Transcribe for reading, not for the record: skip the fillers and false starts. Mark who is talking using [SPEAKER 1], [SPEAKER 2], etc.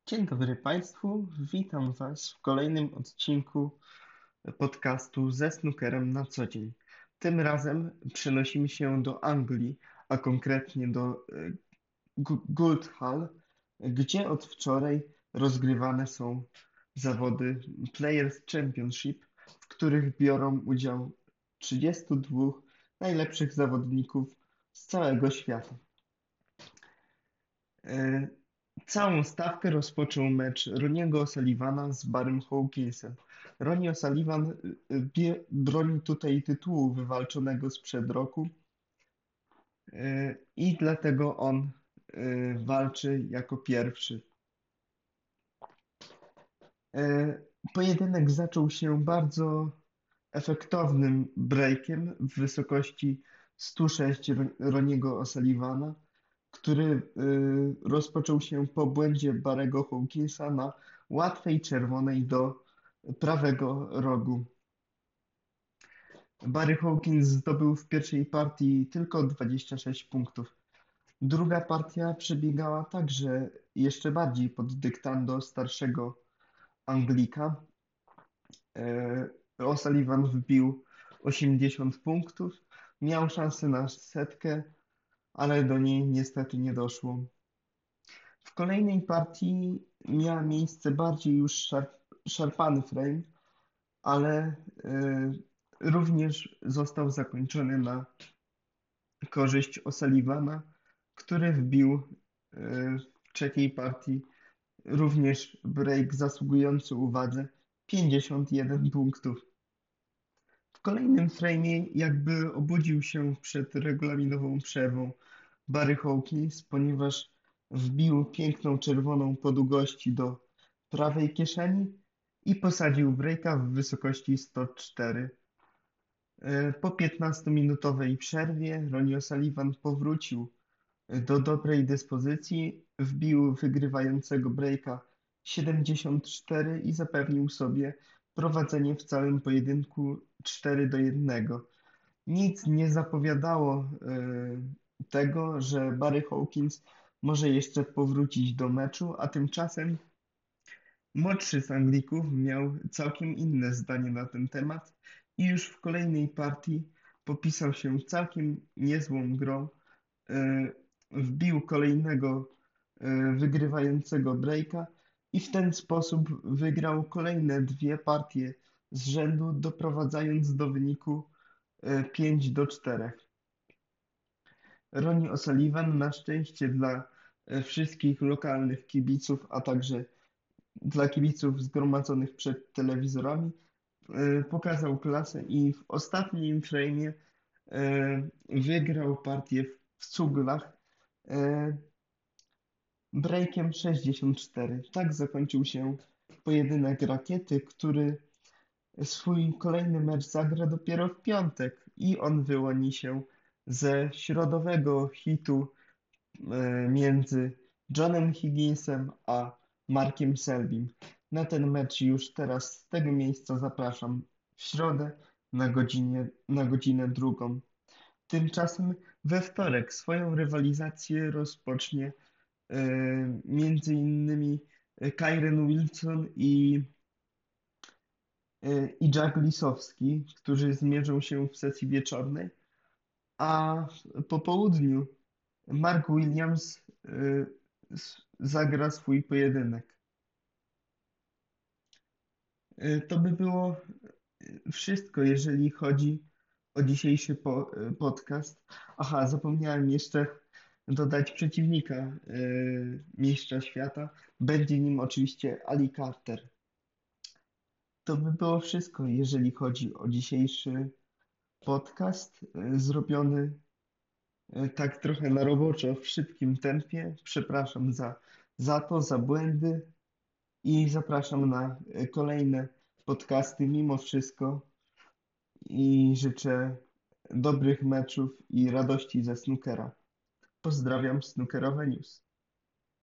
[SPEAKER 1] Dzień dobry Państwu, witam Was w kolejnym odcinku podcastu ze snookerem na co dzień. Tym razem przenosimy się do Anglii, a konkretnie do Guildhall, gdzie od wczoraj rozgrywane są zawody Players Championship, w których biorą udział 32 najlepszych zawodników z całego świata. E, Całą stawkę rozpoczął mecz Ronniego O'Sullivana z Barrym Hawkinsem. Ronnie O'Sullivan broni tutaj tytułu wywalczonego sprzed roku i dlatego on walczy jako pierwszy. Pojedynek zaczął się bardzo efektownym breakiem w wysokości 106 Ronniego O'Sullivana, który rozpoczął się po błędzie Barrego Hawkinsa na łatwej czerwonej do prawego rogu. Barry Hawkins zdobył w pierwszej partii tylko 26 punktów. Druga partia przebiegała także jeszcze bardziej pod dyktando starszego Anglika. O'Sullivan wbił 80 punktów, miał szansę na setkę, ale do niej niestety nie doszło. W kolejnej partii miał miejsce bardziej już szarpany frame, ale również został zakończony na korzyść O'Sullivana, który wbił w trzeciej partii również break zasługujący uwadze 51 punktów. W kolejnym frame'ie jakby obudził się przed regulaminową przerwą Barry Hawkins, ponieważ wbił piękną czerwoną po długości do prawej kieszeni i posadził breaka w wysokości 104. Po 15-minutowej przerwie Ronnie O'Sullivan powrócił do dobrej dyspozycji, wbił wygrywającego breaka 74 i zapewnił sobie prowadzenie w całym pojedynku 4-1. Nic nie zapowiadało tego, że Barry Hawkins może jeszcze powrócić do meczu, a tymczasem młodszy z Anglików miał całkiem inne zdanie na ten temat i już w kolejnej partii popisał się całkiem niezłą grą. Wbił kolejnego wygrywającego breaka i w ten sposób wygrał kolejne dwie partie z rzędu, doprowadzając do wyniku 5-4. Ronnie O'Sullivan na szczęście dla wszystkich lokalnych kibiców, a także dla kibiców zgromadzonych przed telewizorami, pokazał klasę i w ostatnim frame'ie wygrał partię w cuglach breakiem 64. Tak zakończył się pojedynek rakiety, który swój kolejny mecz zagra dopiero w piątek i on wyłoni się ze środowego hitu między Johnem Higginsem a Markiem Selbym. Na ten mecz już teraz z tego miejsca zapraszam w środę na godzinę drugą. Tymczasem we wtorek swoją rywalizację rozpocznie między innymi Kyren Wilson i Jack Lisowski, którzy zmierzą się w sesji wieczornej, a po południu Mark Williams zagra swój pojedynek. To by było wszystko, jeżeli chodzi o dzisiejszy podcast. Aha, zapomniałem jeszcze dodać przeciwnika mistrza świata. Będzie nim oczywiście Ali Carter. To by było wszystko, jeżeli chodzi o dzisiejszy podcast, zrobiony tak trochę na roboczo, w szybkim tempie. Przepraszam za błędy i zapraszam na kolejne podcasty mimo wszystko i życzę dobrych meczów i radości ze snookera. Pozdrawiam, Snookerowe News.